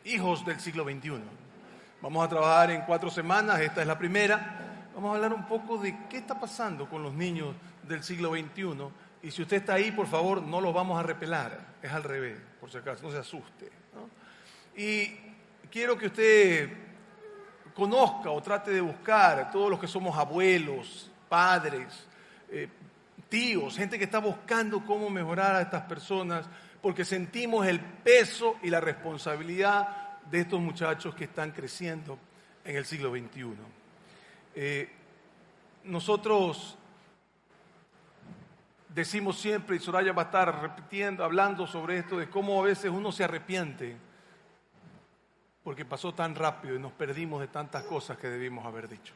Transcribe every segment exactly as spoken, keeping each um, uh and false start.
hijos del siglo veintiuno. Vamos a trabajar en cuatro semanas, esta es la primera. Vamos a hablar un poco de qué está pasando con los niños del siglo veintiuno. Y si usted está ahí, por favor, no los vamos a repelar. Es al revés, por si acaso, no se asuste, ¿no? Y quiero que usted conozca o trate de buscar, todos los que somos abuelos, padres, eh, tíos, gente que está buscando cómo mejorar a estas personas, porque sentimos el peso y la responsabilidad de estos muchachos que están creciendo en el siglo veintiuno. Eh, nosotros decimos siempre, y Soraya va a estar repitiendo, hablando sobre esto, de cómo a veces uno se arrepiente porque pasó tan rápido y nos perdimos de tantas cosas que debimos haber dicho.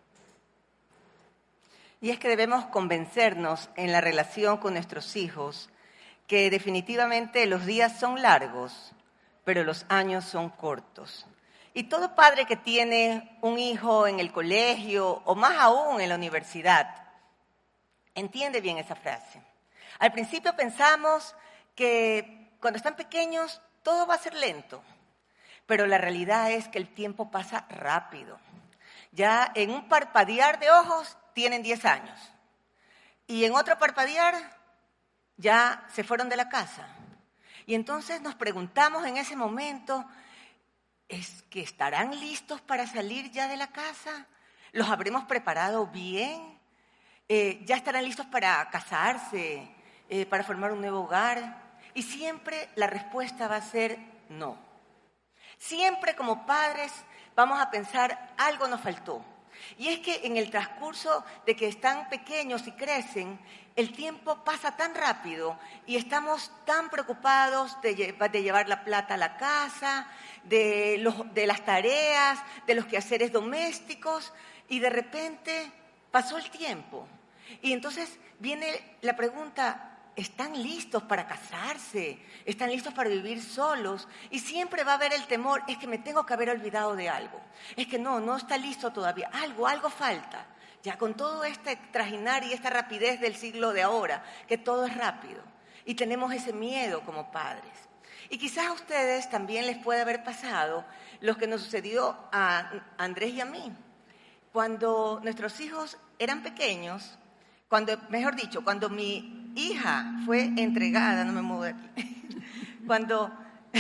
Y es que debemos convencernos en la relación con nuestros hijos que definitivamente los días son largos, pero los años son cortos. Y todo padre que tiene un hijo en el colegio o más aún en la universidad entiende bien esa frase. Al principio pensamos que cuando están pequeños todo va a ser lento, pero la realidad es que el tiempo pasa rápido. Ya en un parpadear de ojos tienen diez años y en otro parpadear ya se fueron de la casa. Y entonces nos preguntamos en ese momento, ¿es que estarán listos para salir ya de la casa? ¿Los habremos preparado bien? Eh, ¿Ya estarán listos para casarse, eh, para formar un nuevo hogar? Y siempre la respuesta va a ser no. Siempre como padres vamos a pensar, algo nos faltó. Y es que en el transcurso de que están pequeños y crecen, el tiempo pasa tan rápido y estamos tan preocupados de, lle- de llevar la plata a la casa, de, los, de las tareas, de los quehaceres domésticos, y de repente pasó el tiempo. Y entonces viene la pregunta, ¿están listos para casarse? ¿Están listos para vivir solos? Y siempre va a haber el temor, es que me tengo que haber olvidado de algo. Es que no, no está listo todavía. Algo, algo falta. Ya con todo este trajinar y esta rapidez del siglo de ahora, que todo es rápido. Y tenemos ese miedo como padres. Y quizás a ustedes también les puede haber pasado lo que nos sucedió a Andrés y a mí. Cuando nuestros hijos eran pequeños, cuando, mejor dicho, cuando mi hija fue entregada, no me muevo de aquí, cuando,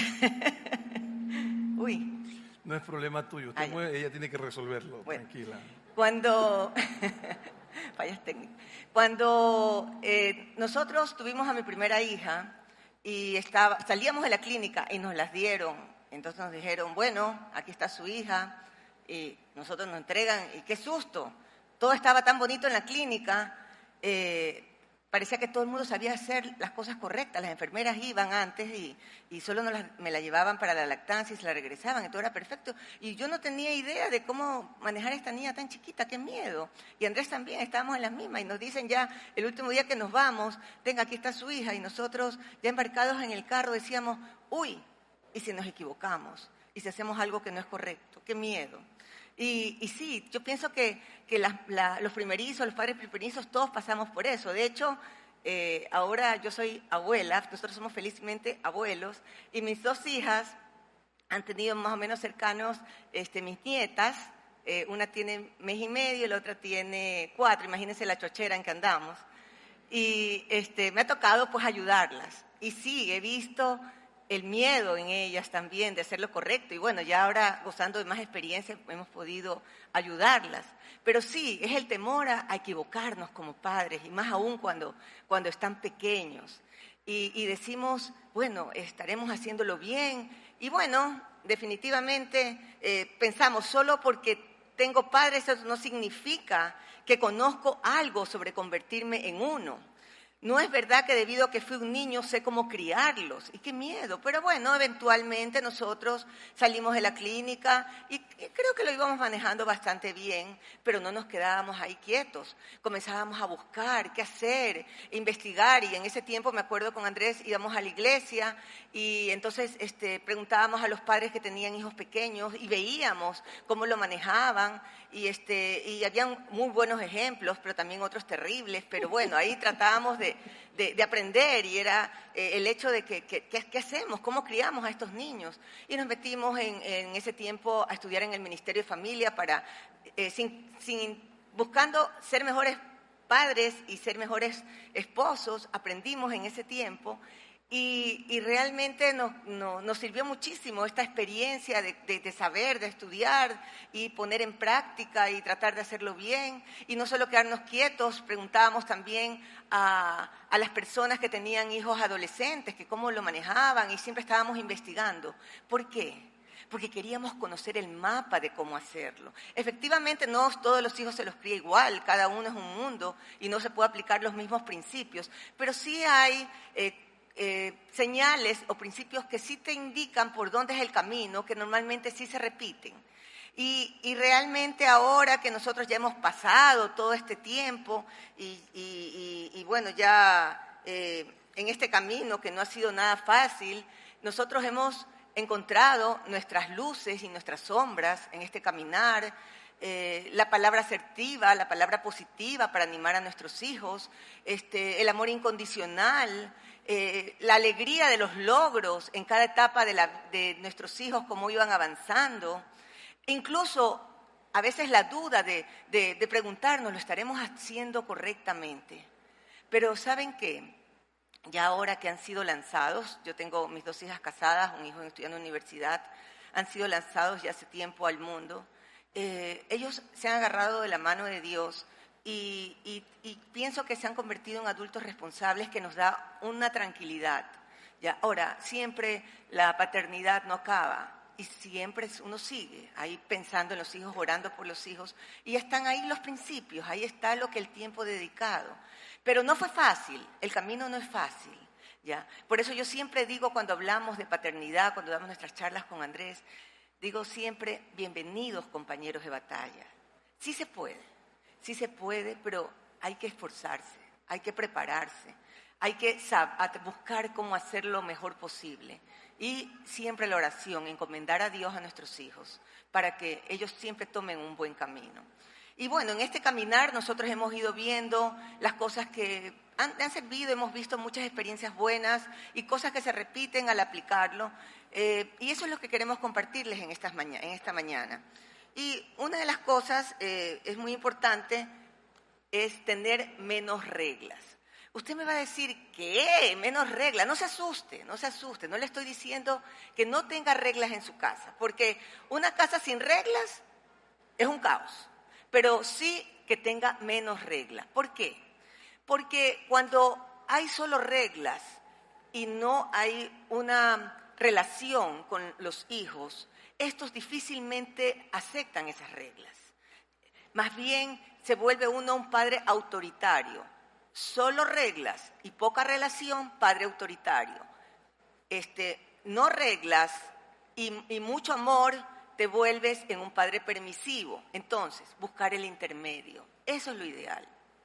uy. No es problema tuyo, usted Ay, mueve, ella tiene que resolverlo, bueno, tranquila. Cuando, fallas técnicas, cuando eh, nosotros tuvimos a mi primera hija y estaba, salíamos de la clínica y nos las dieron, entonces nos dijeron, bueno, aquí está su hija, y nosotros nos entregan, y qué susto, todo estaba tan bonito en la clínica, eh, parecía que todo el mundo sabía hacer las cosas correctas, las enfermeras iban antes y, y solo nos las, me la llevaban para la lactancia y se la regresaban, y todo era perfecto, y yo no tenía idea de cómo manejar a esta niña tan chiquita, qué miedo, y Andrés también, estábamos en las mismas, y nos dicen ya el último día que nos vamos, venga, aquí está su hija, y nosotros ya embarcados en el carro decíamos, uy, y si nos equivocamos, y si hacemos algo que no es correcto, qué miedo. Y, y sí, yo pienso que, que la, la, los primerizos, los padres primerizos, todos pasamos por eso. De hecho, eh, ahora yo soy abuela, nosotros somos felizmente abuelos, y mis dos hijas han tenido más o menos cercanos este, mis nietas. Eh, una tiene mes y medio y la otra tiene cuatro, imagínense la chochera en que andamos. Y este, me ha tocado pues ayudarlas. Y sí, he visto el miedo en ellas también de hacer lo correcto. Y bueno, ya ahora gozando de más experiencia hemos podido ayudarlas. Pero sí, es el temor a, a equivocarnos como padres, y más aún cuando, cuando están pequeños. Y, y decimos, bueno, estaremos haciéndolo bien. Y bueno, definitivamente eh, pensamos, solo porque tengo padres eso no significa que conozco algo sobre convertirme en uno. No es verdad que debido a que fui un niño sé cómo criarlos, y qué miedo, pero bueno, eventualmente nosotros salimos de la clínica y, y creo que lo íbamos manejando bastante bien, pero no nos quedábamos ahí quietos, comenzábamos a buscar qué hacer, investigar, y en ese tiempo me acuerdo con Andrés íbamos a la iglesia y entonces este, preguntábamos a los padres que tenían hijos pequeños y veíamos cómo lo manejaban. Y, este, y habían muy buenos ejemplos, pero también otros terribles, pero bueno, ahí tratábamos de, de, de, de aprender y era eh, el hecho de que, que, que, ¿qué hacemos? ¿Cómo criamos a estos niños? Y nos metimos en, en ese tiempo a estudiar en el Ministerio de Familia para, eh, sin, sin, buscando ser mejores padres y ser mejores esposos, aprendimos en ese tiempo. Y, y realmente nos, nos, nos sirvió muchísimo esta experiencia de, de, de saber, de estudiar y poner en práctica y tratar de hacerlo bien. Y no solo quedarnos quietos, preguntábamos también a, a las personas que tenían hijos adolescentes, que cómo lo manejaban y siempre estábamos investigando. ¿Por qué? Porque queríamos conocer el mapa de cómo hacerlo. Efectivamente, no todos los hijos se los cría igual, cada uno es un mundo y no se puede aplicar los mismos principios, pero sí hay eh, eh, señales o principios que sí te indican por dónde es el camino, que normalmente sí se repiten. Y, y realmente ahora que nosotros ya hemos pasado todo este tiempo y, y, y, y bueno, ya eh, en este camino que no ha sido nada fácil, nosotros hemos encontrado nuestras luces y nuestras sombras en este caminar, eh, la palabra asertiva, la palabra positiva para animar a nuestros hijos, este, el amor incondicional, eh, la alegría de los logros en cada etapa de, la, de nuestros hijos, cómo iban avanzando, incluso a veces la duda de, de, de preguntarnos, ¿lo estaremos haciendo correctamente? Pero ¿saben qué? Ya ahora que han sido lanzados, yo tengo mis dos hijas casadas, un hijo estudiando en la universidad, han sido lanzados ya hace tiempo al mundo. Eh, ellos se han agarrado de la mano de Dios y, y, y pienso que se han convertido en adultos responsables que nos da una tranquilidad. Ya, ahora, siempre la paternidad no acaba y siempre uno sigue ahí pensando en los hijos, orando por los hijos y están ahí los principios, ahí está lo que el tiempo dedicado. Pero no fue fácil, el camino no es fácil, ¿ya? Por eso yo siempre digo cuando hablamos de paternidad, cuando damos nuestras charlas con Andrés, digo siempre, bienvenidos compañeros de batalla. Sí se puede, sí se puede, pero hay que esforzarse, hay que prepararse, hay que buscar cómo hacer lo mejor posible. Y siempre la oración, encomendar a Dios a nuestros hijos, para que ellos siempre tomen un buen camino. Y bueno, en este caminar nosotros hemos ido viendo las cosas que han, han servido, hemos visto muchas experiencias buenas y cosas que se repiten al aplicarlo. Eh, y eso es lo que queremos compartirles en, estas maña- en esta mañana. Y una de las cosas, eh, es muy importante, es tener menos reglas. Usted me va a decir, ¿qué? Menos reglas. No se asuste, no se asuste. No le estoy diciendo que no tenga reglas en su casa, porque una casa sin reglas es un caos. Pero sí que tenga menos reglas. ¿Por qué? Porque cuando hay solo reglas y no hay una relación con los hijos, estos difícilmente aceptan esas reglas. Más bien se vuelve uno un padre autoritario. Solo reglas y poca relación, padre autoritario. Este, no reglas y, y mucho amor, te vuelves en un padre permisivo. Entonces, buscar el intermedio. Eso es lo ideal.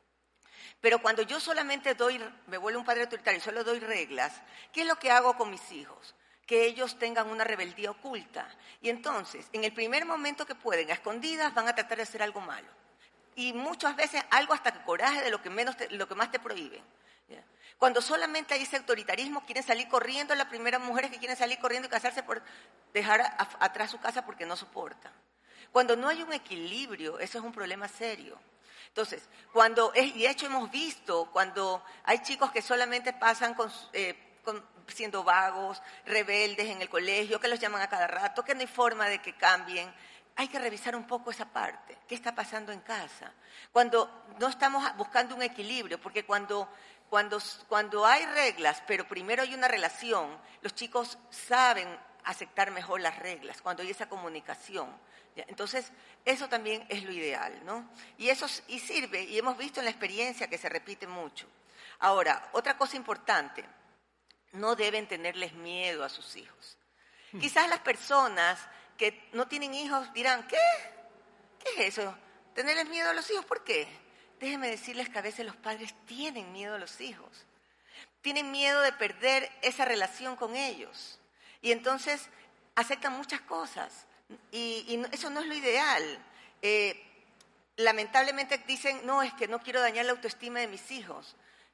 Pero cuando yo solamente doy, me vuelvo un padre autoritario y solo doy reglas, ¿qué es lo que hago con mis hijos? Que ellos tengan una rebeldía oculta. Y entonces, en el primer momento que pueden, a escondidas, van a tratar de hacer algo malo. Y muchas veces algo hasta que coraje de lo que, menos te, lo que más te prohíben. ¿Ya? Cuando solamente hay ese autoritarismo, quieren salir corriendo, las primeras mujeres que quieren salir corriendo y casarse por dejar a, a, atrás su casa porque no soportan. Cuando no hay un equilibrio, eso es un problema serio. Entonces, cuando, es, y de hecho hemos visto, cuando hay chicos que solamente pasan con, eh, con, siendo vagos, rebeldes en el colegio, que los llaman a cada rato, que no hay forma de que cambien, hay que revisar un poco esa parte. ¿Qué está pasando en casa? Cuando no estamos buscando un equilibrio, porque cuando... Cuando, cuando hay reglas, pero primero hay una relación, los chicos saben aceptar mejor las reglas, cuando hay esa comunicación. ¿Ya? Entonces, eso también es lo ideal, ¿no? Y eso y sirve, y hemos visto en la experiencia que se repite mucho. Ahora, otra cosa importante, no deben tenerles miedo a sus hijos. Hmm. Quizás las personas que no tienen hijos dirán, ¿qué? ¿Qué es eso? ¿Tenerles miedo a los hijos? ¿Por qué? Déjenme decirles que a veces los padres tienen miedo a los hijos. Tienen miedo de perder esa relación con ellos. Y entonces aceptan muchas cosas. Y, y eso no es lo ideal. Eh, lamentablemente dicen, no, es que no quiero dañar la autoestima de mis hijos.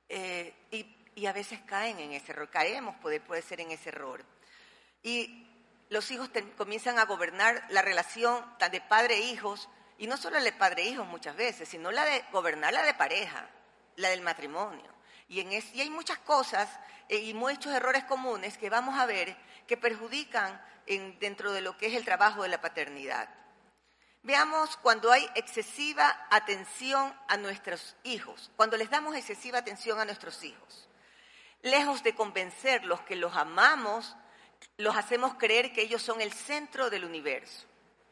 Eh, y, y a veces caen en ese error, caemos, puede, puede ser en ese error. Y los hijos te, comienzan a gobernar la relación de padre e hijos, y no solo la de padre e hijos muchas veces, sino la de gobernar la de pareja, la del matrimonio. Y, en es, y hay muchas cosas eh, y muchos errores comunes que vamos a ver que perjudican en, dentro de lo que es el trabajo de la paternidad. Veamos cuando hay excesiva atención a nuestros hijos, cuando les damos excesiva atención a nuestros hijos. Lejos de convencerlos que los amamos, los hacemos creer que ellos son el centro del universo.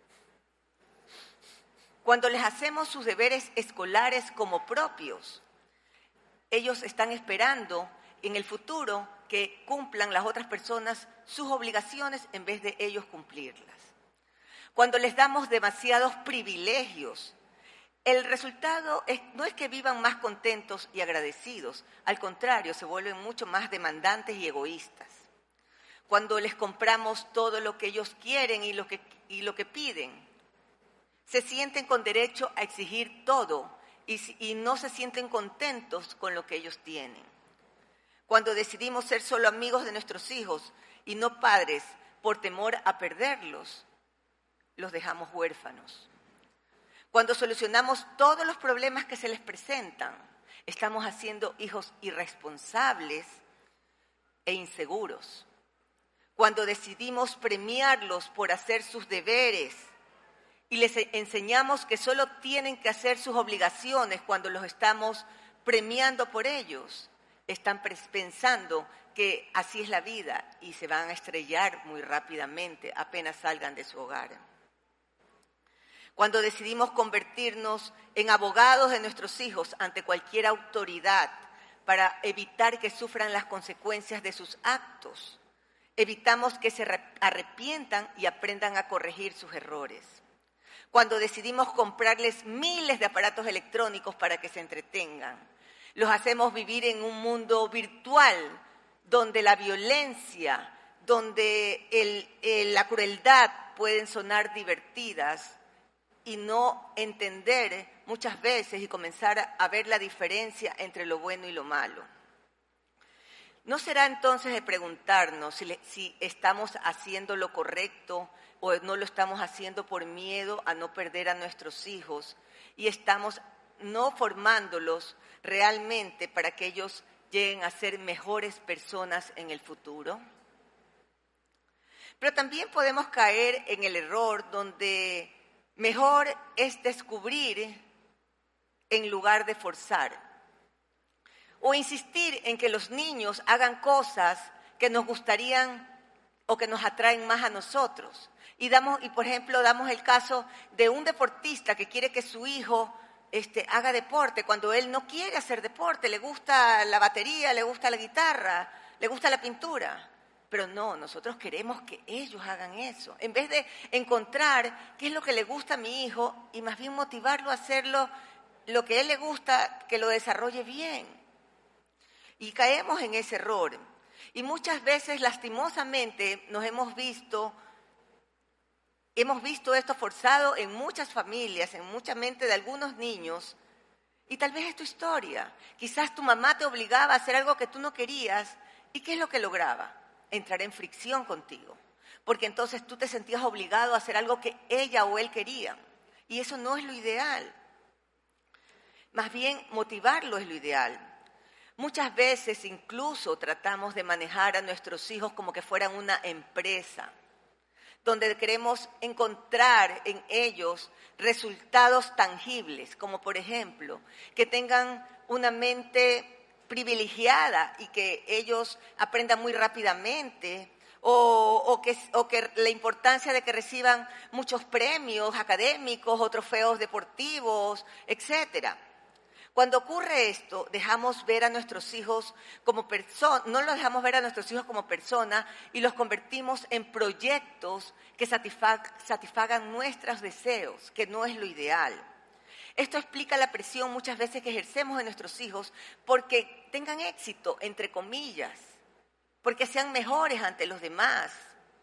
Cuando les hacemos sus deberes escolares como propios, ellos están esperando en el futuro que cumplan las otras personas sus obligaciones en vez de ellos cumplirlas. Cuando les damos demasiados privilegios, el resultado es, no es que vivan más contentos y agradecidos, al contrario, se vuelven mucho más demandantes y egoístas. Cuando les compramos todo lo que ellos quieren y lo que, y lo que piden, se sienten con derecho a exigir todo y, y no se sienten contentos con lo que ellos tienen. Cuando decidimos ser solo amigos de nuestros hijos y no padres por temor a perderlos, los dejamos huérfanos. Cuando solucionamos todos los problemas que se les presentan, estamos haciendo hijos irresponsables e inseguros. Cuando decidimos premiarlos por hacer sus deberes y les enseñamos que solo tienen que hacer sus obligaciones cuando los estamos premiando por ellos, están pensando que así es la vida y se van a estrellar muy rápidamente apenas salgan de su hogar. Cuando decidimos convertirnos en abogados de nuestros hijos ante cualquier autoridad para evitar que sufran las consecuencias de sus actos, evitamos que se arrepientan y aprendan a corregir sus errores. Cuando decidimos comprarles miles de aparatos electrónicos para que se entretengan, los hacemos vivir en un mundo virtual donde la violencia, donde el, el, la crueldad pueden sonar divertidas y no entender muchas veces y comenzar a ver la diferencia entre lo bueno y lo malo. ¿No será entonces de preguntarnos si, le, si estamos haciendo lo correcto o no lo estamos haciendo por miedo a no perder a nuestros hijos y estamos no formándolos realmente para que ellos lleguen a ser mejores personas en el futuro? Pero también podemos caer en el error donde mejor es descubrir en lugar de forzar. O insistir en que los niños hagan cosas que nos gustarían o que nos atraen más a nosotros. Y, damos, y por ejemplo, damos el caso de un deportista que quiere que su hijo este, haga deporte cuando él no quiere hacer deporte, le gusta la batería, le gusta la guitarra, le gusta la pintura. Pero no, nosotros queremos que ellos hagan eso. En vez de encontrar qué es lo que le gusta a mi hijo y más bien motivarlo a hacerlo, lo que a él le gusta, que lo desarrolle bien. Y caemos en ese error. Y muchas veces, lastimosamente, nos hemos visto, hemos visto esto forzado en muchas familias, en mucha mente de algunos niños. Y tal vez es tu historia. Quizás tu mamá te obligaba a hacer algo que tú no querías. ¿Y qué es lo que lograba? Entrar en fricción contigo. Porque entonces tú te sentías obligado a hacer algo que ella o él querían. Y eso no es lo ideal. Más bien, motivarlo es lo ideal. Muchas veces incluso tratamos de manejar a nuestros hijos como que fueran una empresa, donde queremos encontrar en ellos resultados tangibles, como por ejemplo, que tengan una mente privilegiada y que ellos aprendan muy rápidamente, o, o, que, o que la importancia de que reciban muchos premios académicos o trofeos deportivos, etcétera. Cuando ocurre esto, dejamos ver a nuestros hijos como personas, no los dejamos ver a nuestros hijos como personas y los convertimos en proyectos que satisfag, satisfagan nuestros deseos, que no es lo ideal. Esto explica la presión muchas veces que ejercemos en nuestros hijos porque tengan éxito, entre comillas, porque sean mejores ante los demás.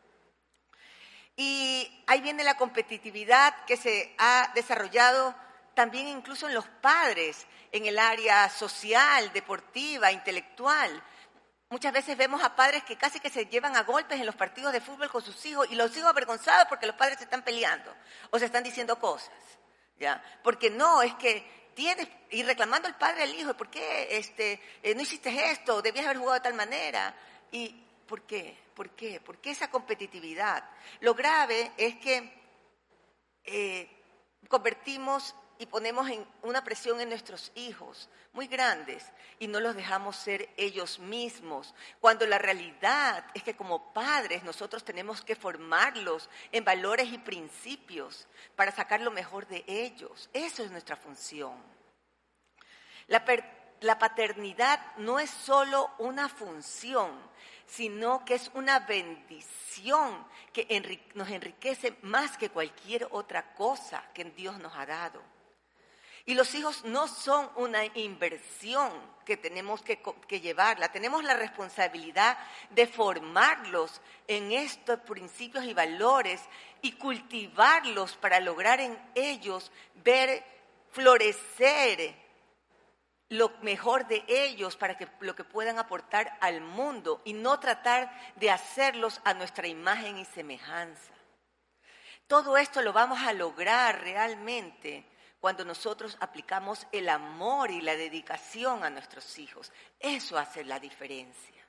Y ahí viene la competitividad que se ha desarrollado también incluso en los padres, en el área social, deportiva, intelectual. Muchas veces vemos a padres que casi que se llevan a golpes en los partidos de fútbol con sus hijos y los hijos avergonzados porque los padres se están peleando o se están diciendo cosas, ¿ya? Porque no, es que tienes, y reclamando el padre al hijo, ¿por qué este, eh, no hiciste esto? Debías haber jugado de tal manera. ¿Y por qué? ¿Por qué? ¿Por qué esa competitividad? Lo grave es que eh, convertimos y ponemos en una presión en nuestros hijos muy grandes y no los dejamos ser ellos mismos, cuando la realidad es que como padres nosotros tenemos que formarlos en valores y principios para sacar lo mejor de ellos. Eso es nuestra función. La, per- la paternidad no es solo una función, sino que es una bendición que enri- nos enriquece más que cualquier otra cosa que Dios nos ha dado. Y los hijos no son una inversión que tenemos que, que llevarla. Tenemos la responsabilidad de formarlos en estos principios y valores y cultivarlos para lograr en ellos ver florecer lo mejor de ellos para que lo que puedan aportar al mundo y no tratar de hacerlos a nuestra imagen y semejanza. Todo esto lo vamos a lograr realmente cuando nosotros aplicamos el amor y la dedicación a nuestros hijos. Eso hace la diferencia.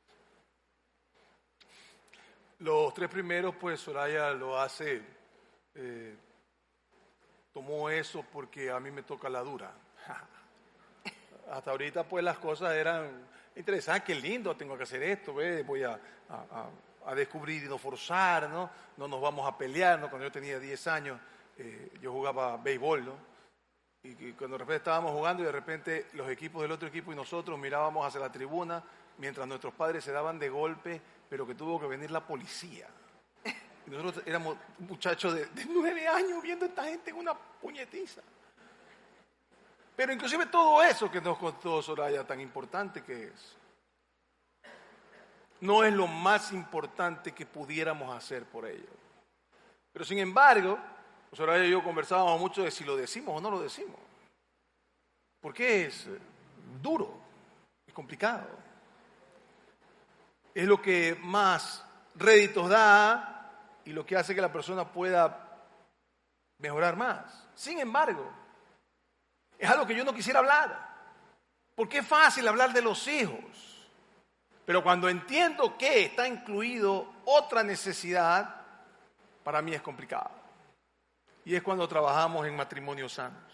Los tres primeros, pues Soraya lo hace, eh, tomó eso porque a mí me toca la dura. Hasta ahorita pues las cosas eran interesantes, qué lindo, tengo que hacer esto, ¿ves? Voy a, a, a descubrir y no forzar, ¿no? No nos vamos a pelear, ¿no? Cuando yo tenía diez años, eh, yo jugaba béisbol, ¿no? Y, y cuando de repente estábamos jugando y de repente los equipos del otro equipo y nosotros mirábamos hacia la tribuna mientras nuestros padres se daban de golpe, pero que tuvo que venir la policía. Y nosotros éramos muchachos de, de nueve años viendo a esta gente en una puñetiza. Pero inclusive todo eso que nos contó Soraya, tan importante que es, no es lo más importante que pudiéramos hacer por ellos. Pero sin embargo, Soraya y yo conversábamos mucho de si lo decimos o no lo decimos. Porque es duro, es complicado. Es lo que más réditos da y lo que hace que la persona pueda mejorar más. Sin embargo, es algo que yo no quisiera hablar, porque es fácil hablar de los hijos, pero cuando entiendo que está incluido otra necesidad, para mí es complicado. Y es cuando trabajamos en matrimonios sanos.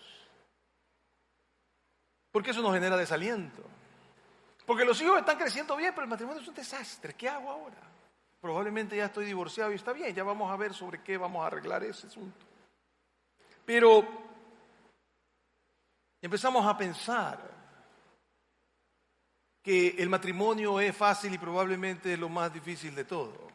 Porque eso nos genera desaliento. Porque los hijos están creciendo bien, pero el matrimonio es un desastre. ¿Qué hago ahora? Probablemente ya estoy divorciado y está bien, ya vamos a ver sobre qué vamos a arreglar ese asunto. Pero empezamos a pensar que el matrimonio es fácil y probablemente es lo más difícil de todo.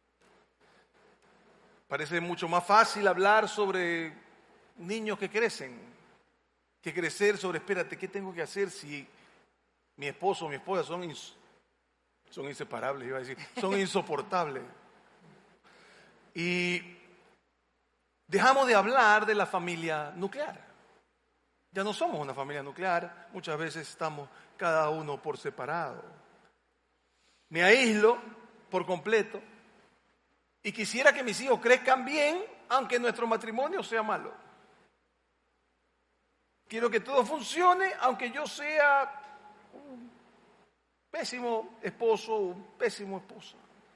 Parece mucho más fácil hablar sobre niños que crecen, que crecer sobre, espérate, ¿qué tengo que hacer si mi esposo o mi esposa son, ins- son inseparables, iba a decir, son insoportables? Y dejamos de hablar de la familia nuclear. Ya no somos una familia nuclear, muchas veces estamos cada uno por separado. Me aíslo por completo y quisiera que mis hijos crezcan bien, aunque nuestro matrimonio sea malo. Quiero que todo funcione, aunque yo sea un pésimo esposo o un pésimo esposa.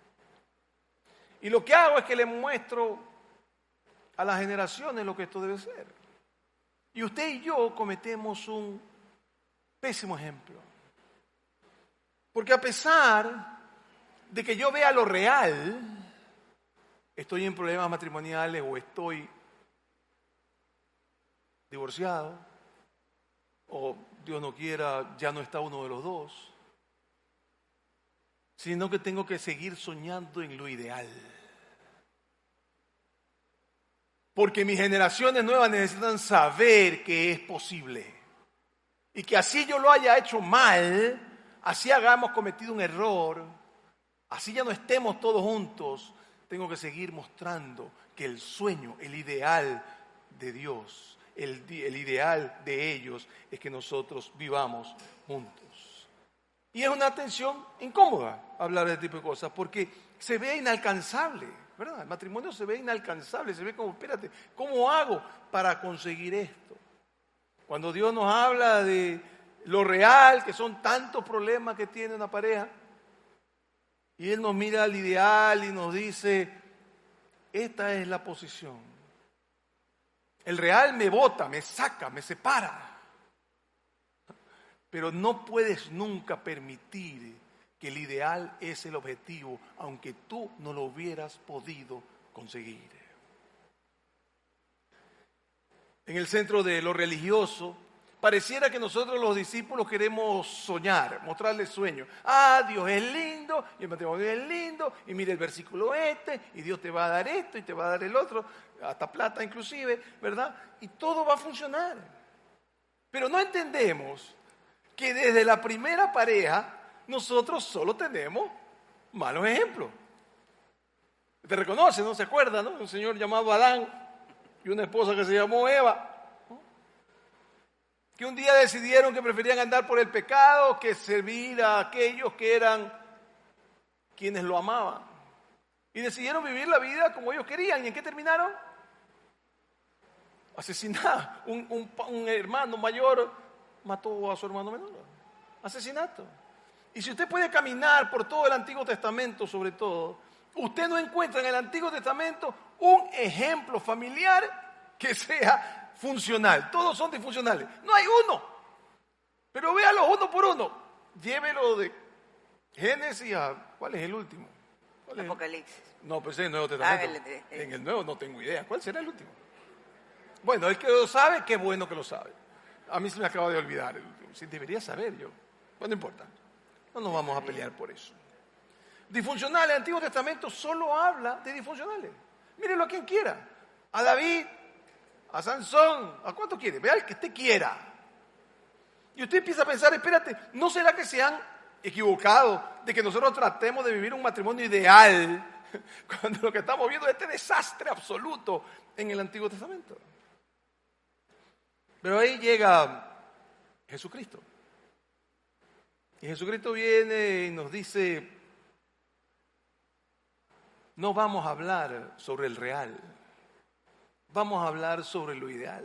Y lo que hago es que le muestro a las generaciones lo que esto debe ser. Y usted y yo cometemos un pésimo ejemplo. Porque a pesar de que yo vea lo real, estoy en problemas matrimoniales o estoy divorciado, o Dios no quiera, ya no está uno de los dos, sino que tengo que seguir soñando en lo ideal. Porque mis generaciones nuevas necesitan saber que es posible. Y que así yo lo haya hecho mal, así hagamos cometido un error, así ya no estemos todos juntos, tengo que seguir mostrando que el sueño, el ideal de Dios el, el ideal de ellos es que nosotros vivamos juntos. Y es una tensión incómoda hablar de este tipo de cosas porque se ve inalcanzable, ¿verdad? El matrimonio se ve inalcanzable, se ve como, espérate, ¿cómo hago para conseguir esto? Cuando Dios nos habla de lo real, que son tantos problemas que tiene una pareja, y Él nos mira al ideal y nos dice, esta es la posición. El real me bota, me saca, me separa. Pero no puedes nunca permitir que el ideal es el objetivo, aunque tú no lo hubieras podido conseguir. En el centro de lo religioso, pareciera que nosotros los discípulos queremos soñar, mostrarles sueños. Ah, Dios es lindo, y el matrimonio es lindo, y mire el versículo este, y Dios te va a dar esto, y te va a dar el otro, hasta plata inclusive, ¿verdad? Y todo va a funcionar. Pero no entendemos que desde la primera pareja nosotros solo tenemos malos ejemplos. Te reconoce, ¿no? ¿Se acuerda, no? Un señor llamado Adán y una esposa que se llamó Eva, ¿no? Que un día decidieron que preferían andar por el pecado que servir a aquellos que eran quienes lo amaban. Y decidieron vivir la vida como ellos querían. ¿Y en qué terminaron? Asesinados. Un, un, un hermano mayor mató a su hermano menor. Asesinato. Y si usted puede caminar por todo el Antiguo Testamento, sobre todo, usted no encuentra en el Antiguo Testamento un ejemplo familiar que sea funcional. Todos son disfuncionales. No hay uno. Pero véalo uno por uno. Llévelo de Génesis a... ¿Cuál es el último? ¿Cuál es? Apocalipsis. No, pues en el Nuevo Testamento. Ah, el, el, el. En el Nuevo no tengo idea. ¿Cuál será el último? Bueno, el que lo sabe, qué bueno que lo sabe. A mí se me acaba de olvidar el último. Sí, debería saber yo. Bueno, no importa. No nos vamos a pelear por eso. Disfuncionales, el Antiguo Testamento solo habla de disfuncionales. Mírenlo a quien quiera. A David, a Sansón, ¿a cuánto quiere? Vea el que usted quiera. Y usted empieza a pensar, espérate, ¿no será que se han equivocado de que nosotros tratemos de vivir un matrimonio ideal cuando lo que estamos viendo es este desastre absoluto en el Antiguo Testamento? Pero ahí llega Jesucristo. Y Jesucristo viene y nos dice, no vamos a hablar sobre el real, vamos a hablar sobre lo ideal.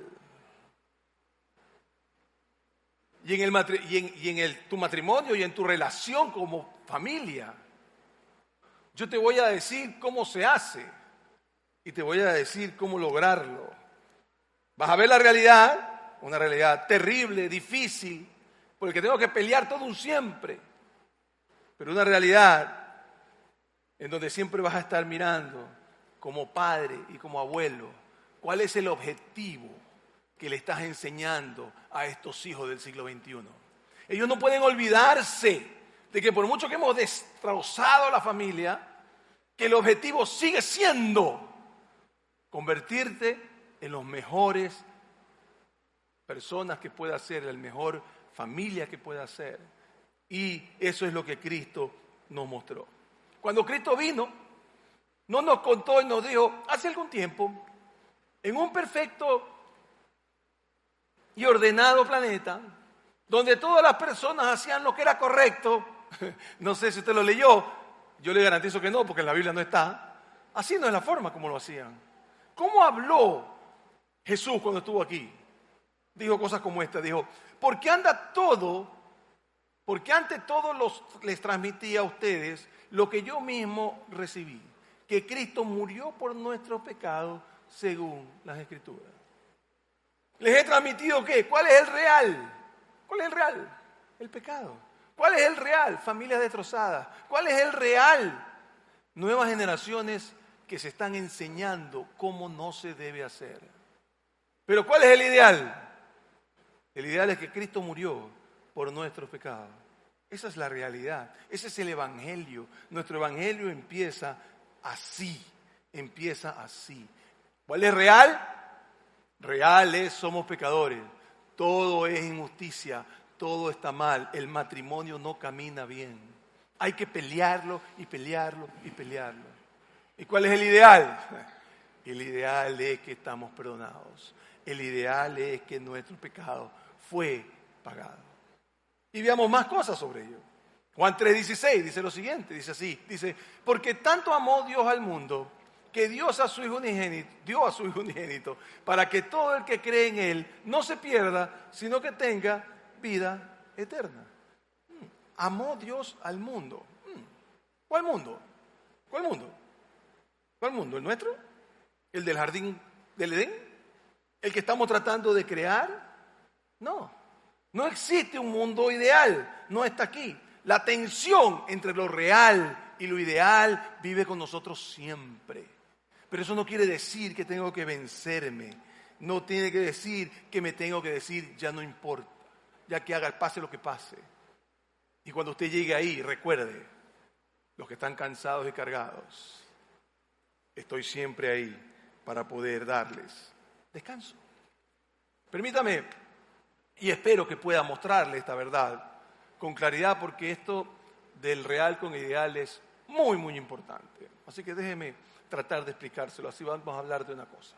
Y en, el matri- y en, y en el, tu matrimonio y en tu relación como familia, yo te voy a decir cómo se hace y te voy a decir cómo lograrlo. Vas a ver la realidad, una realidad terrible, difícil, por el que tengo que pelear todo un siempre, pero una realidad en donde siempre vas a estar mirando como padre y como abuelo cuál es el objetivo que le estás enseñando a estos hijos del siglo veintiuno. Ellos no pueden olvidarse de que por mucho que hemos destrozado la familia, que el objetivo sigue siendo convertirte en los mejores personas que pueda ser, el mejor familia que pueda ser. Y eso es lo que Cristo nos mostró. Cuando Cristo vino, no nos contó y nos dijo, hace algún tiempo, en un perfecto y ordenado planeta, donde todas las personas hacían lo que era correcto, no sé si usted lo leyó, yo le garantizo que no, porque en la Biblia no está, así no es la forma como lo hacían. ¿Cómo habló Jesús cuando estuvo aquí? Dijo cosas como esta, dijo, ¿por qué anda todo, porque ante todo los, les transmití a ustedes lo que yo mismo recibí, que Cristo murió por nuestros pecados según las Escrituras? Les he transmitido ¿qué? ¿Cuál es el real? ¿Cuál es el real? El pecado. ¿Cuál es el real? Familias destrozadas. ¿Cuál es el real? Nuevas generaciones que se están enseñando cómo no se debe hacer. Pero ¿cuál es el ideal? El ideal es que Cristo murió por nuestros pecados. Esa es la realidad. Ese es el evangelio. Nuestro evangelio empieza así. Empieza así. ¿Cuál es real? Real es, somos pecadores. Todo es injusticia. Todo está mal. El matrimonio no camina bien. Hay que pelearlo y pelearlo y pelearlo. ¿Y cuál es el ideal? El ideal es que estamos perdonados. El ideal es que nuestro pecado fue pagado. Y veamos más cosas sobre ello. Juan tres dieciséis dice lo siguiente, dice así, dice, porque tanto amó Dios al mundo, que Dios a su hijo unigénito, dio a su hijo unigénito, para que todo el que cree en él no se pierda, sino que tenga vida eterna. Hmm. Amó Dios al mundo. Hmm. ¿Cuál mundo? ¿Cuál mundo? ¿Cuál mundo? ¿El nuestro? ¿El del jardín del Edén? ¿El que estamos tratando de crear? No, no existe un mundo ideal, no está aquí. La tensión entre lo real y lo ideal vive con nosotros siempre. Pero eso no quiere decir que tengo que vencerme. No tiene que decir que me tengo que decir ya no importa, ya que haga, pase lo que pase. Y cuando usted llegue ahí, recuerde, los que están cansados y cargados, estoy siempre ahí para poder darles descanso. Permítame, y espero que pueda mostrarle esta verdad con claridad, porque esto del real con ideal es muy, muy importante. Así que déjeme tratar de explicárselo, así vamos a hablar de una cosa.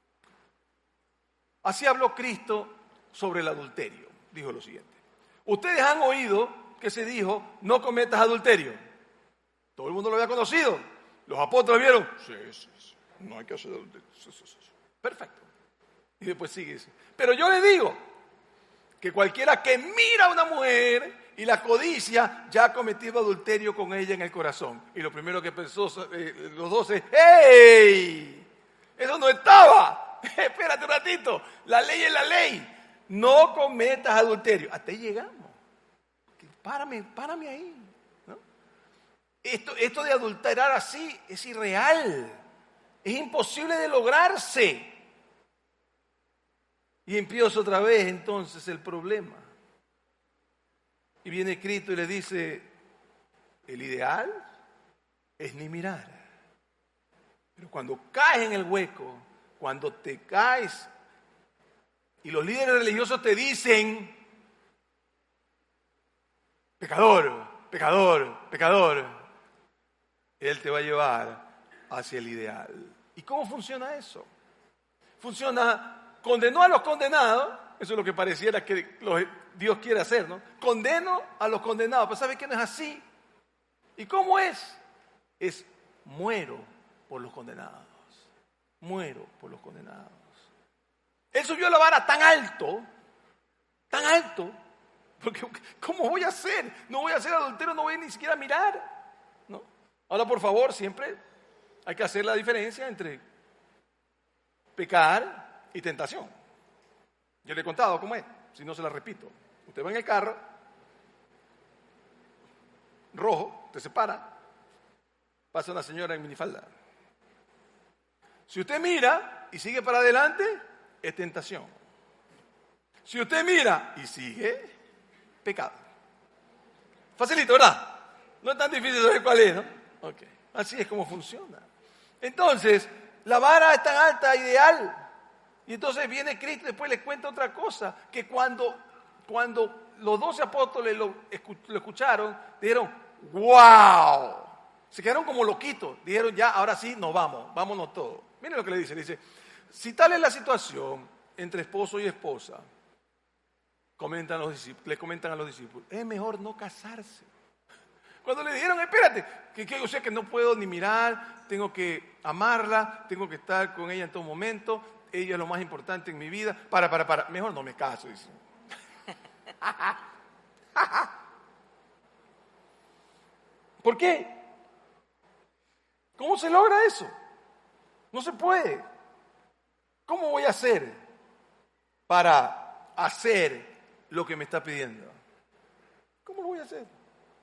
Así habló Cristo sobre el adulterio. Dijo lo siguiente: ustedes han oído que se dijo, no cometas adulterio. Todo el mundo lo había conocido. Los apóstoles vieron, sí, sí, sí, no hay que hacer adulterio. Sí, sí, sí. Perfecto. Y después sigue, dice, pero yo le digo que cualquiera que mira a una mujer y la codicia ya ha cometido adulterio con ella en el corazón. Y lo primero que pensó eh, los dos es, ¡hey! Eso no estaba. Espérate un ratito. La ley es la ley. No cometas adulterio. Hasta ahí llegamos. Párame, párame ahí. ¿No? Esto, esto de adulterar así es irreal. Es imposible de lograrse. Y empieza otra vez entonces el problema. Y viene Cristo y le dice, el ideal es ni mirar. Pero cuando caes en el hueco, cuando te caes y los líderes religiosos te dicen, pecador, pecador, pecador, Él te va a llevar hacia el ideal. ¿Y cómo funciona eso? Funciona... Condenó a los condenados, eso es lo que pareciera que los, Dios quiere hacer, ¿no? Condeno a los condenados, pero ¿sabe qué? No es así. ¿Y cómo es? Es muero por los condenados. Muero por los condenados. Él subió la vara tan alto, tan alto, porque ¿cómo voy a hacer? No voy a hacer adulterio, no voy ni siquiera a mirar, ¿no? Ahora, por favor, siempre hay que hacer la diferencia entre pecar y tentación. Yo le he contado cómo es, si no se la repito. Usted va en el carro, rojo, usted se para, pasa una señora en minifalda. Si usted mira y sigue para adelante, es tentación. Si usted mira y sigue, pecado. Facilito, ¿verdad? No es tan difícil saber cuál es, ¿no? Okay. Así es como funciona. Entonces, la vara es tan alta, ideal. Y entonces viene Cristo y después les cuenta otra cosa, que cuando, cuando los doce apóstoles lo, lo escucharon, dijeron, ¡wow! Se quedaron como loquitos, dijeron, ya, ahora sí, nos vamos, vámonos todos. Miren lo que le dice, le dice, si tal es la situación entre esposo y esposa, comentan los, le comentan a los discípulos, es mejor no casarse. Cuando le dijeron, espérate, que, que, o sea que no puedo ni mirar, tengo que amarla, tengo que estar con ella en todo momento, ella es lo más importante en mi vida. Para, para, para. Mejor no me caso, dice. ¿Por qué? ¿Cómo se logra eso? No se puede. ¿Cómo voy a hacer para hacer lo que me está pidiendo? ¿Cómo lo voy a hacer?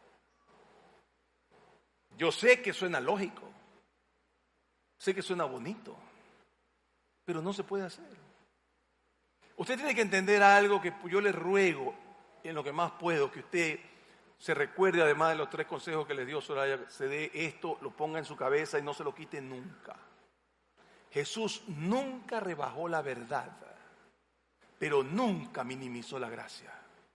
Yo sé que suena lógico. Sé que suena bonito. Pero no se puede hacer. Usted tiene que entender algo que yo le ruego, en lo que más puedo, que usted se recuerde, además de los tres consejos que les dio Soraya, se dé esto, lo ponga en su cabeza y no se lo quite nunca. Jesús nunca rebajó la verdad, pero nunca minimizó la gracia.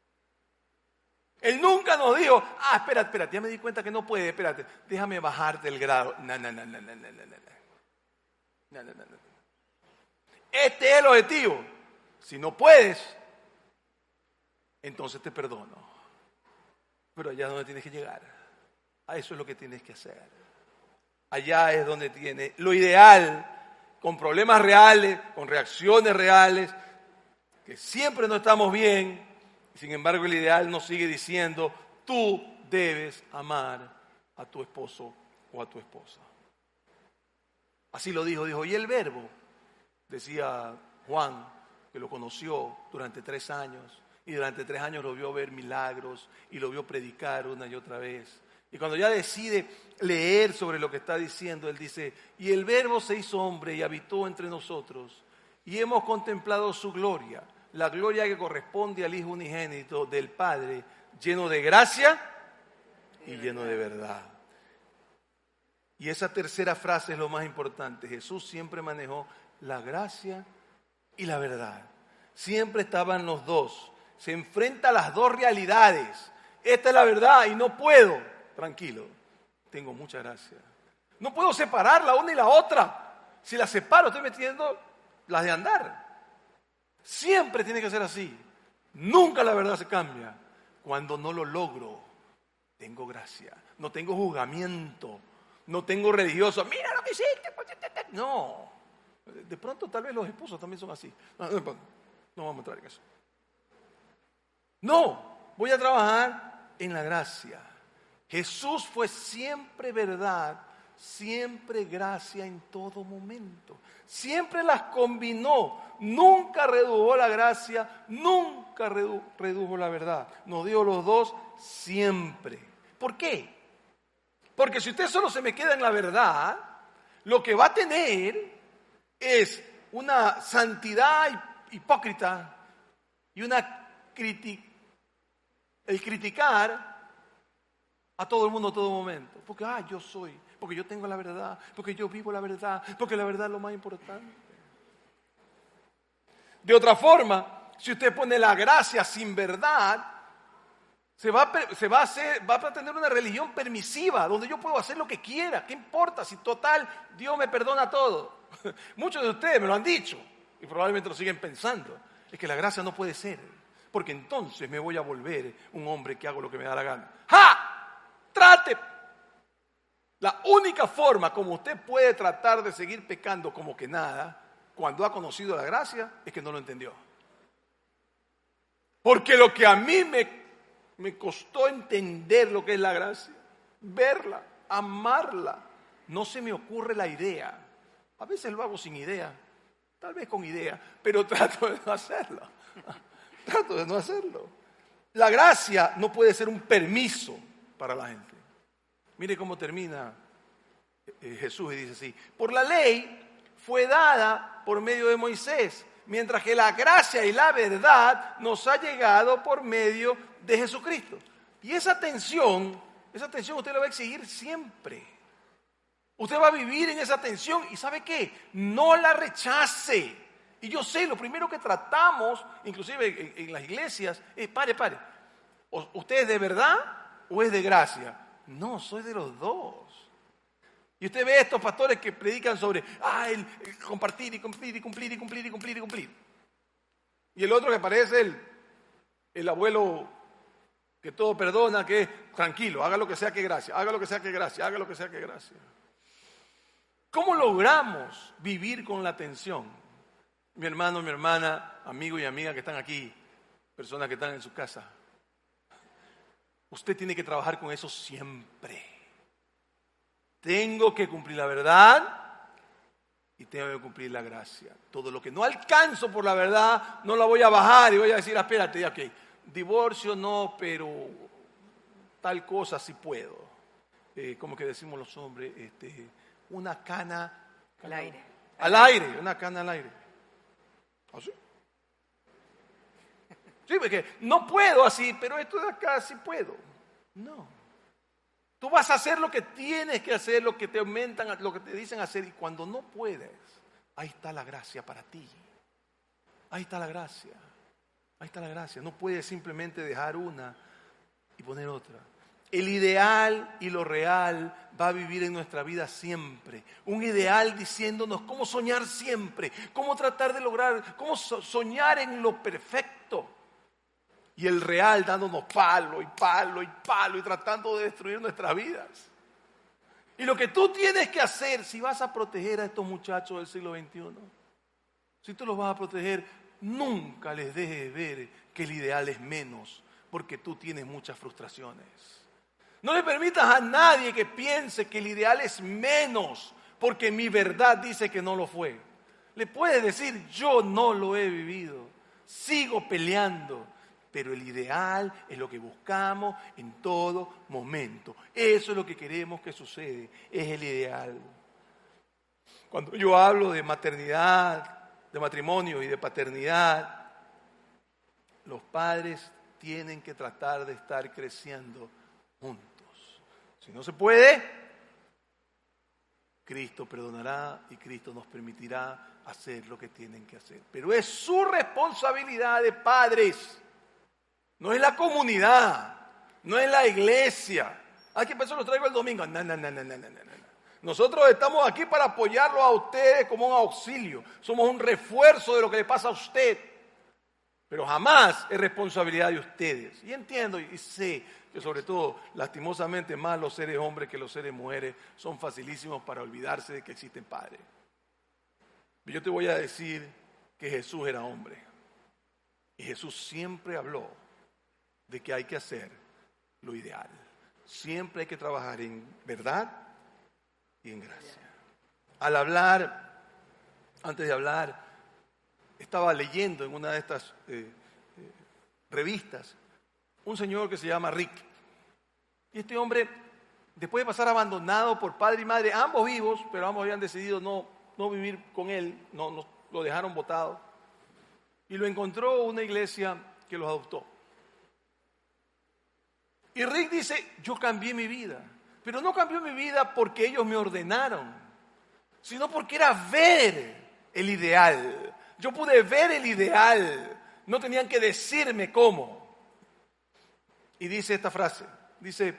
Él nunca nos dijo, ah, espérate, espérate, ya me di cuenta que no puede, espérate, déjame bajarte el grado. No, no, no, no, no, no, no, no. No, no, no, no. Este es el objetivo. Si no puedes, entonces te perdono. Pero allá es donde tienes que llegar. A eso es lo que tienes que hacer. Allá es donde tienes lo ideal, con problemas reales, con reacciones reales, que siempre no estamos bien. Sin embargo, el ideal nos sigue diciendo, tú debes amar a tu esposo o a tu esposa. Así lo dijo, dijo, y el verbo, decía Juan, que lo conoció durante tres años, y durante tres años lo vio ver milagros, y lo vio predicar una y otra vez. Y cuando ya decide leer sobre lo que está diciendo, él dice, y el verbo se hizo hombre y habitó entre nosotros, y hemos contemplado su gloria, la gloria que corresponde al Hijo unigénito del Padre, lleno de gracia y lleno de verdad. Y esa tercera frase es lo más importante. Jesús siempre manejó la gracia y la verdad. Siempre estaban los dos. Se enfrenta a las dos realidades. Esta es la verdad y no puedo. Tranquilo, tengo mucha gracia. No puedo separar la una y la otra. Si las separo, estoy metiendo las de andar. Siempre tiene que ser así. Nunca la verdad se cambia. Cuando no lo logro, tengo gracia. No tengo juzgamiento. No tengo religioso. Mira lo que hiciste. No. De pronto tal vez los esposos también son así. No, no, no vamos a entrar en eso. No. Voy a trabajar en la gracia. Jesús fue siempre verdad, siempre gracia en todo momento. Siempre las combinó. Nunca redujo la gracia, nunca redu- redujo la verdad. Nos dio los dos siempre. ¿Por qué? Porque si usted solo se me queda en la verdad, lo que va a tener es una santidad hipócrita y una criti- el criticar a todo el mundo a todo momento. Porque, ah, yo soy, porque yo tengo la verdad, porque yo vivo la verdad, porque la verdad es lo más importante. De otra forma, si usted pone la gracia sin verdad, se va, a, se va, a hacer, va a tener una religión permisiva, donde yo puedo hacer lo que quiera. ¿Qué importa? Si total, Dios me perdona todo. Muchos de ustedes me lo han dicho, y probablemente lo siguen pensando. Es que la gracia no puede ser, porque entonces me voy a volver un hombre que hago lo que me da la gana. ¡Ja! Trate. La única forma como usted puede tratar de seguir pecando como que nada, cuando ha conocido la gracia, es que no lo entendió. Porque lo que a mí me, me costó entender lo que es la gracia, verla, amarla, no se me ocurre la idea. A veces lo hago sin idea, tal vez con idea, pero trato de no hacerlo. Trato de no hacerlo. La gracia no puede ser un permiso para la gente. Mire cómo termina eh, Jesús y dice así: por la ley fue dada por medio de Moisés, mientras que la gracia y la verdad nos ha llegado por medio de Jesucristo. Y esa tensión, esa tensión usted la va a exigir siempre. Usted va a vivir en esa tensión y ¿sabe qué? No la rechace. Y yo sé, lo primero que tratamos, inclusive en, en las iglesias, es pare, pare. O, ¿usted es de verdad o es de gracia? No, soy de los dos. Y usted ve a estos pastores que predican sobre ah, el, el compartir y cumplir y cumplir y cumplir y cumplir y cumplir. Y el otro que parece el, el abuelo que todo perdona, que es tranquilo, haga lo que sea que gracia, haga lo que sea que gracia, haga lo que sea que gracia. ¿Cómo logramos vivir con la tensión? Mi hermano, mi hermana, amigo y amiga que están aquí, personas que están en su casa. Usted tiene que trabajar con eso siempre. Tengo que cumplir la verdad y tengo que cumplir la gracia. Todo lo que no alcanzo por la verdad, no la voy a bajar y voy a decir, ah, espérate, ok, divorcio no, pero tal cosa sí puedo. Eh, como que decimos los hombres, este, una cana, cana al aire. Al aire, una cana al aire. ¿Así? Sí, porque no puedo así, pero esto de acá sí puedo. No. Tú vas a hacer lo que tienes que hacer, lo que te aumentan, lo que te dicen hacer, y cuando no puedes, ahí está la gracia para ti. Ahí está la gracia. Ahí está la gracia. No puedes simplemente dejar una y poner otra. El ideal y lo real va a vivir en nuestra vida siempre. Un ideal diciéndonos cómo soñar siempre, cómo tratar de lograr, cómo so- soñar en lo perfecto. Y el real dándonos palo y palo y palo y tratando de destruir nuestras vidas. Y lo que tú tienes que hacer si vas a proteger a estos muchachos del siglo veintiuno, si tú los vas a proteger, nunca les dejes ver que el ideal es menos, porque tú tienes muchas frustraciones. No le permitas a nadie que piense que el ideal es menos, porque mi verdad dice que no lo fue. Le puedes decir, yo no lo he vivido, sigo peleando, pero el ideal es lo que buscamos en todo momento. Eso es lo que queremos que suceda, es el ideal. Cuando yo hablo de maternidad, de matrimonio y de paternidad, los padres tienen que tratar de estar creciendo juntos. Si no se puede, Cristo perdonará y Cristo nos permitirá hacer lo que tienen que hacer. Pero es su responsabilidad de padres, no es la comunidad, no es la iglesia. Ay, que eso lo traigo el domingo. No, no, no, no, no, no, no. Nosotros estamos aquí para apoyarlo a ustedes como un auxilio. Somos un refuerzo de lo que le pasa a usted. Pero jamás es responsabilidad de ustedes. Y entiendo y sé que sobre todo, lastimosamente, más los seres hombres que los seres mujeres son facilísimos para olvidarse de que existen padres. Yo te voy a decir que Jesús era hombre. Y Jesús siempre habló de que hay que hacer lo ideal. Siempre hay que trabajar en verdad y en gracia. Al hablar, antes de hablar, estaba leyendo en una de estas eh, eh, revistas un señor que se llama Rick. Y este hombre, después de pasar abandonado por padre y madre, ambos vivos, pero ambos habían decidido no, no vivir con él, no, no, lo dejaron botado. Y lo encontró una iglesia que los adoptó. Y Rick dice, yo cambié mi vida, pero no cambió mi vida porque ellos me ordenaron, sino porque era ver el ideal. Yo pude ver el ideal, no tenían que decirme cómo. Y dice esta frase, dice,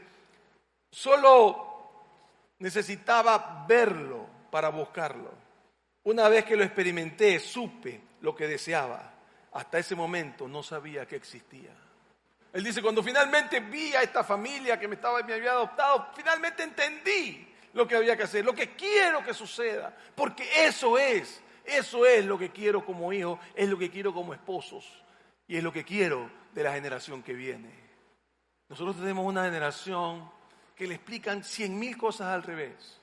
solo necesitaba verlo para buscarlo. Una vez que lo experimenté, supe lo que deseaba. Hasta ese momento no sabía que existía. Él dice, cuando finalmente vi a esta familia que me, estaba, me había adoptado, finalmente entendí lo que había que hacer, lo que quiero que suceda, porque eso es, eso es lo que quiero como hijo, es lo que quiero como esposos y es lo que quiero de la generación que viene. Nosotros tenemos una generación que le explican cien mil cosas al revés.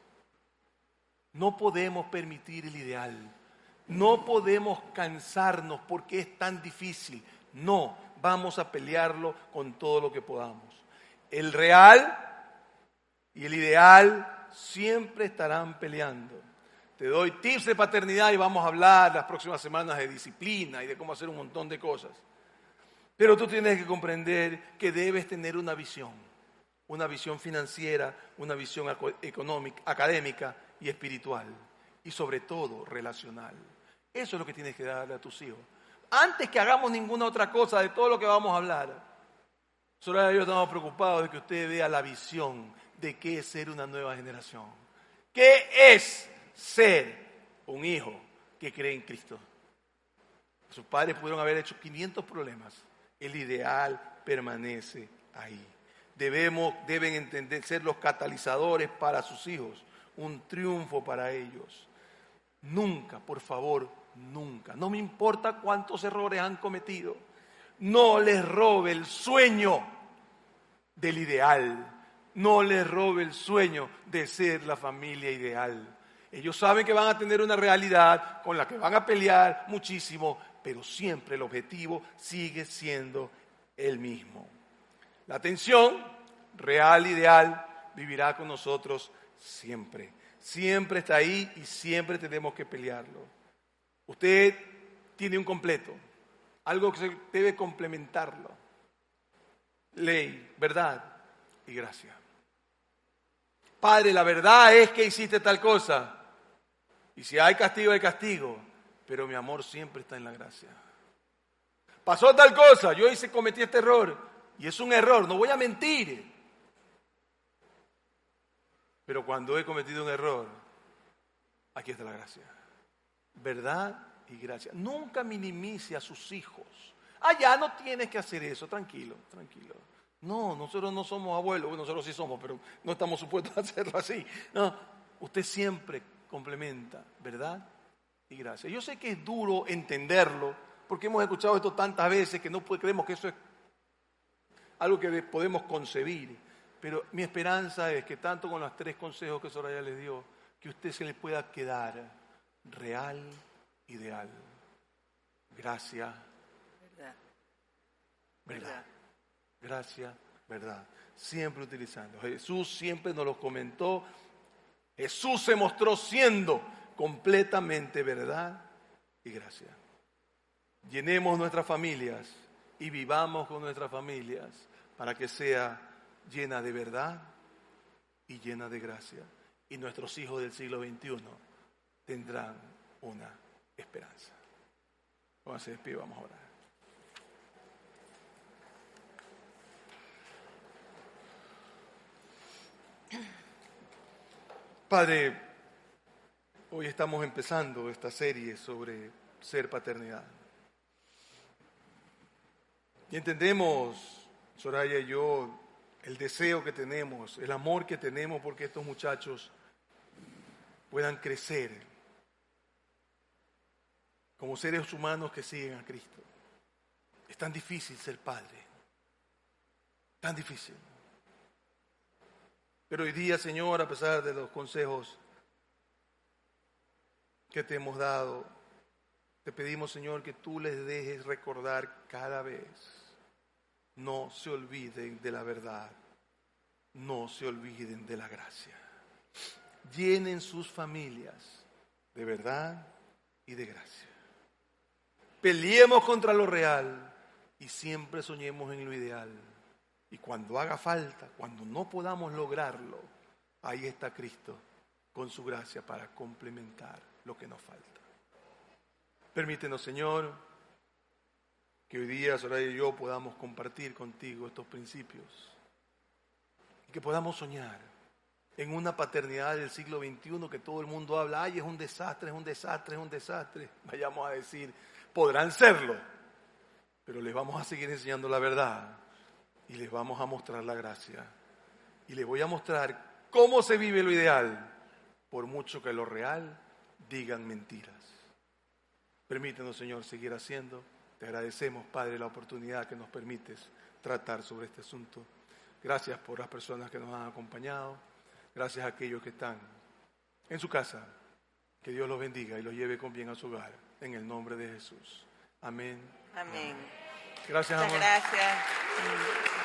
No podemos permitir el ideal, no podemos cansarnos porque es tan difícil, no. Vamos a pelearlo con todo lo que podamos. El real y el ideal siempre estarán peleando. Te doy tips de paternidad y vamos a hablar las próximas semanas de disciplina y de cómo hacer un montón de cosas. Pero tú tienes que comprender que debes tener una visión. Una visión financiera, una visión económica, académica y espiritual. Y sobre todo relacional. Eso es lo que tienes que darle a tus hijos. Antes que hagamos ninguna otra cosa de todo lo que vamos a hablar, solo yo estamos preocupados de que usted vea la visión de qué es ser una nueva generación. ¿Qué es ser un hijo que cree en Cristo? Sus padres pudieron haber hecho quinientos problemas. El ideal permanece ahí. Debemos, deben entender, ser los catalizadores para sus hijos, un triunfo para ellos. Nunca, por favor, nunca, no me importa cuántos errores han cometido, no les robe el sueño del ideal, no les robe el sueño de ser la familia ideal. Ellos saben que van a tener una realidad con la que van a pelear muchísimo, pero siempre el objetivo sigue siendo el mismo. La tensión real, ideal, vivirá con nosotros siempre. Siempre está ahí y siempre tenemos que pelearlo. Usted tiene un completo, algo que se debe complementarlo. Ley, verdad y gracia. Padre, la verdad es que hiciste tal cosa. Y si hay castigo, hay castigo. Pero mi amor siempre está en la gracia. Pasó tal cosa, yo hice, cometí este error. Y es un error, no voy a mentir. Pero cuando he cometido un error, aquí está la gracia. Verdad y gracia. Nunca minimice a sus hijos. Ah, ya no tienes que hacer eso, tranquilo, tranquilo. No, nosotros no somos abuelos, bueno, nosotros sí somos, pero no estamos supuestos a hacerlo así. No, usted siempre complementa verdad y gracia. Yo sé que es duro entenderlo, porque hemos escuchado esto tantas veces que no creemos que eso es algo que podemos concebir. Pero mi esperanza es que tanto con los tres consejos que Soraya les dio, que usted se le pueda quedar real, ideal. Gracia, Verdad. verdad. Verdad. Gracia, verdad. Siempre utilizando. Jesús siempre nos lo comentó. Jesús se mostró siendo completamente verdad y gracia. Llenemos nuestras familias y vivamos con nuestras familias para que sea llena de verdad y llena de gracia. Y nuestros hijos del siglo veintiuno tendrán una esperanza. Vamos a hacer pie, vamos a orar. Padre, hoy estamos empezando esta serie sobre ser paternidad. Y entendemos, Soraya y yo, el deseo que tenemos, el amor que tenemos porque estos muchachos puedan crecer como seres humanos que siguen a Cristo. Es tan difícil ser padre, tan difícil. Pero hoy día, Señor, a pesar de los consejos que te hemos dado, te pedimos, Señor, que tú les dejes recordar cada vez. No se olviden de la verdad, no se olviden de la gracia. Llenen sus familias de verdad y de gracia. Peleemos contra lo real y siempre soñemos en lo ideal. Y cuando haga falta, cuando no podamos lograrlo, ahí está Cristo con su gracia para complementar lo que nos falta. Permítenos, Señor, que hoy día Soraya y yo podamos compartir contigo estos principios y que podamos soñar en una paternidad del siglo veintiuno que todo el mundo habla, ay, es un desastre, es un desastre, es un desastre. Vayamos a decir, podrán serlo, pero les vamos a seguir enseñando la verdad y les vamos a mostrar la gracia y les voy a mostrar cómo se vive lo ideal, por mucho que lo real digan mentiras. Permítenos, Señor, seguir haciendo. Te agradecemos, Padre, la oportunidad que nos permites tratar sobre este asunto. Gracias por las personas que nos han acompañado. Gracias a aquellos que están en su casa. Que Dios los bendiga y los lleve con bien a su hogar. En el nombre de Jesús. Amén. Amén. Gracias, Muchas amor. gracias.